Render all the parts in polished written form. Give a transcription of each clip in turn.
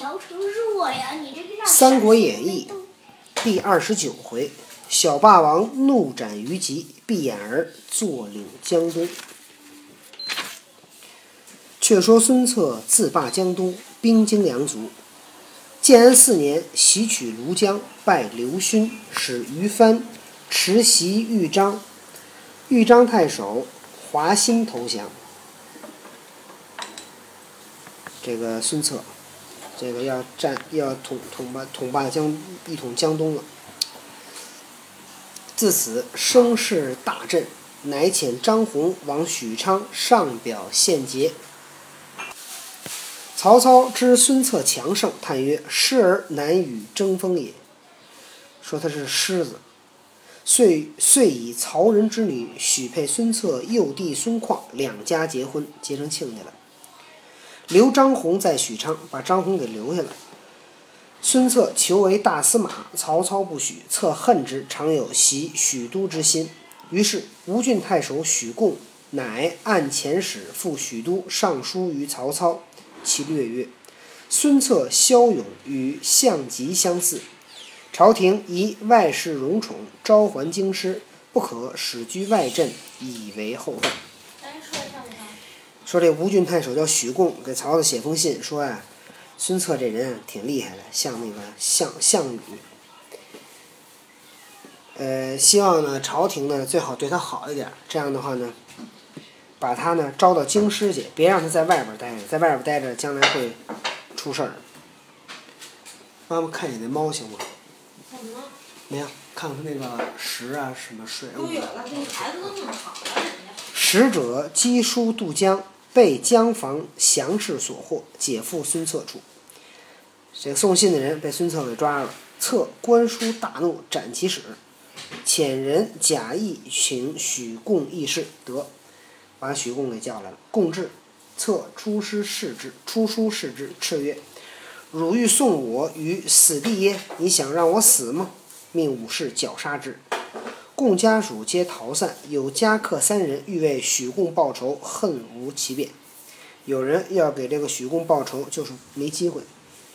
三国演义》第29回，小霸王怒斩虞姬，闭眼儿坐领江东。却说孙策自霸江东，兵精粮足。建安4年，袭取庐江，拜刘勋，使于藩持袭豫章。豫章太守华歆投降。这个孙策，这个要统霸一统江东了。自此声势大振，乃遣张宏往许昌上表献捷。曹操知孙策强盛，叹曰：“狮儿难与争锋也。”说他是狮子。遂以曹仁之女许配孙策幼弟孙况，两家结婚，结成亲家了。留张宏在许昌，把张宏给留下了。孙策求为大司马，曹操不许，策恨之，常有袭许都之心。于是吴郡太守许贡乃按遣使赴许都，上书于曹操。其略曰：“孙策骁勇，与项籍相似。朝廷以外事荣宠，召还京师，不可使居外镇，以为后患。”说这吴郡太守叫许贡，给曹操写封信说呀，孙策这人挺厉害的，像那个项羽。希望呢朝廷呢最好对他好一点，这样的话呢，把他呢招到京师去，别让他在外边待着，在外边待着将来会出事儿。妈妈看你那猫行吗？ 看什么？ 没有，看看他那个食啊什么睡。 都有了，这孩子都那么好了，人家。 使者赍书渡江，被江防降士所获，解赴孙策处。这个送信的人被孙策给抓了，策观书大怒，斩其使，遣人假意请许贡议事，得把许贡给叫来了。贡至，策出书示之，叱曰：“汝欲送我于死地耶？你想让我死吗？”命武士绞杀之。贡家属皆逃散，有家客3人欲为许贡报仇，恨无其变。有人要给这个许贡报仇，就是没机会。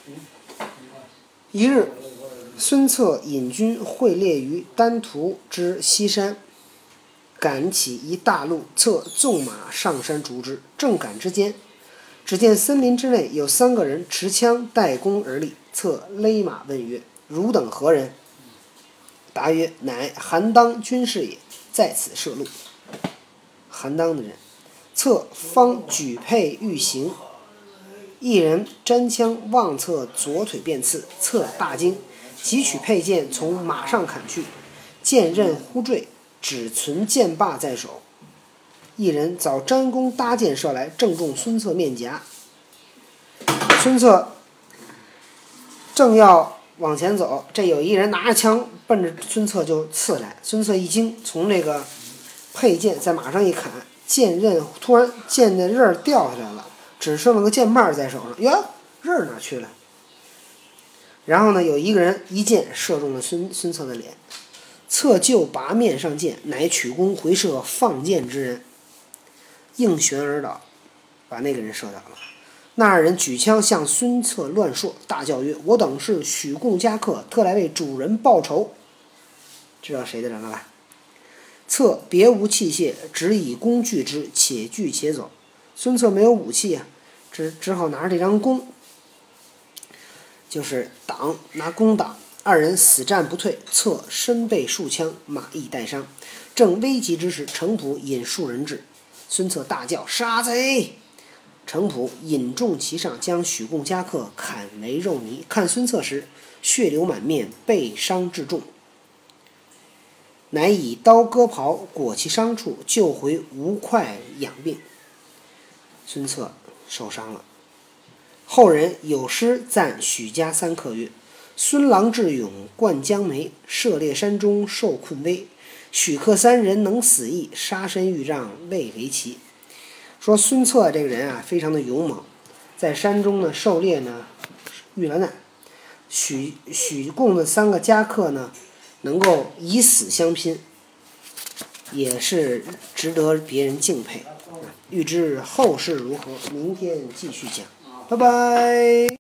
一日，孙策引军会猎于丹徒之西山，赶起一大路，策纵马上山逐之。正赶之间，只见森林之内有3个人持枪待弓而立。策勒马问曰：“汝等何人？”答曰：“乃韩当军士也，在此设路。”韩当的人，策方举佩欲行，一人沾枪望策左腿便刺，策大惊，急取佩剑从马上砍去，剑刃忽坠，只存剑把在手。一人早沾弓搭箭射来，正中孙策面颊。孙策正要往前走，这有一人拿着枪奔着孙策就刺来。孙策一惊，从这个佩剑在马上一砍，剑刃突然剑的刃掉下来了，只剩了个剑把在手上。呀，刃哪去了？然后呢，有一个人一箭射中了孙策的脸。策就拔面上剑，乃取弓回射放箭之人，应旋而倒，把那个人射倒了。那二人举枪向孙策乱射，大叫曰：“我等是许贡家客，特来为主人报仇。”知道谁的人了吧？策别无器械，只以弓拒之，且拒且走。孙策没有武器啊，只好拿着这张弓，就是挡，拿弓挡。二人死战不退，策身被数枪，马亦带伤。正危急之时，程普引数人至，孙策大叫：“杀贼！”程普引众其上，将许贡家客砍为肉泥。看孙策时，血流满面，被伤至重，乃以刀割袍，裹其伤处，救回吴会养病。孙策受伤了。后人有诗赞许家3客曰：“孙郎智勇冠江梅，涉猎山中受困危。许客3人能死役，杀身豫让未为奇。”说孙策这个人啊，非常的勇猛，在山中呢狩猎呢遇了难。许贡的3个家客呢，能够以死相拼，也是值得别人敬佩。欲知后事如何，明天继续讲。拜拜。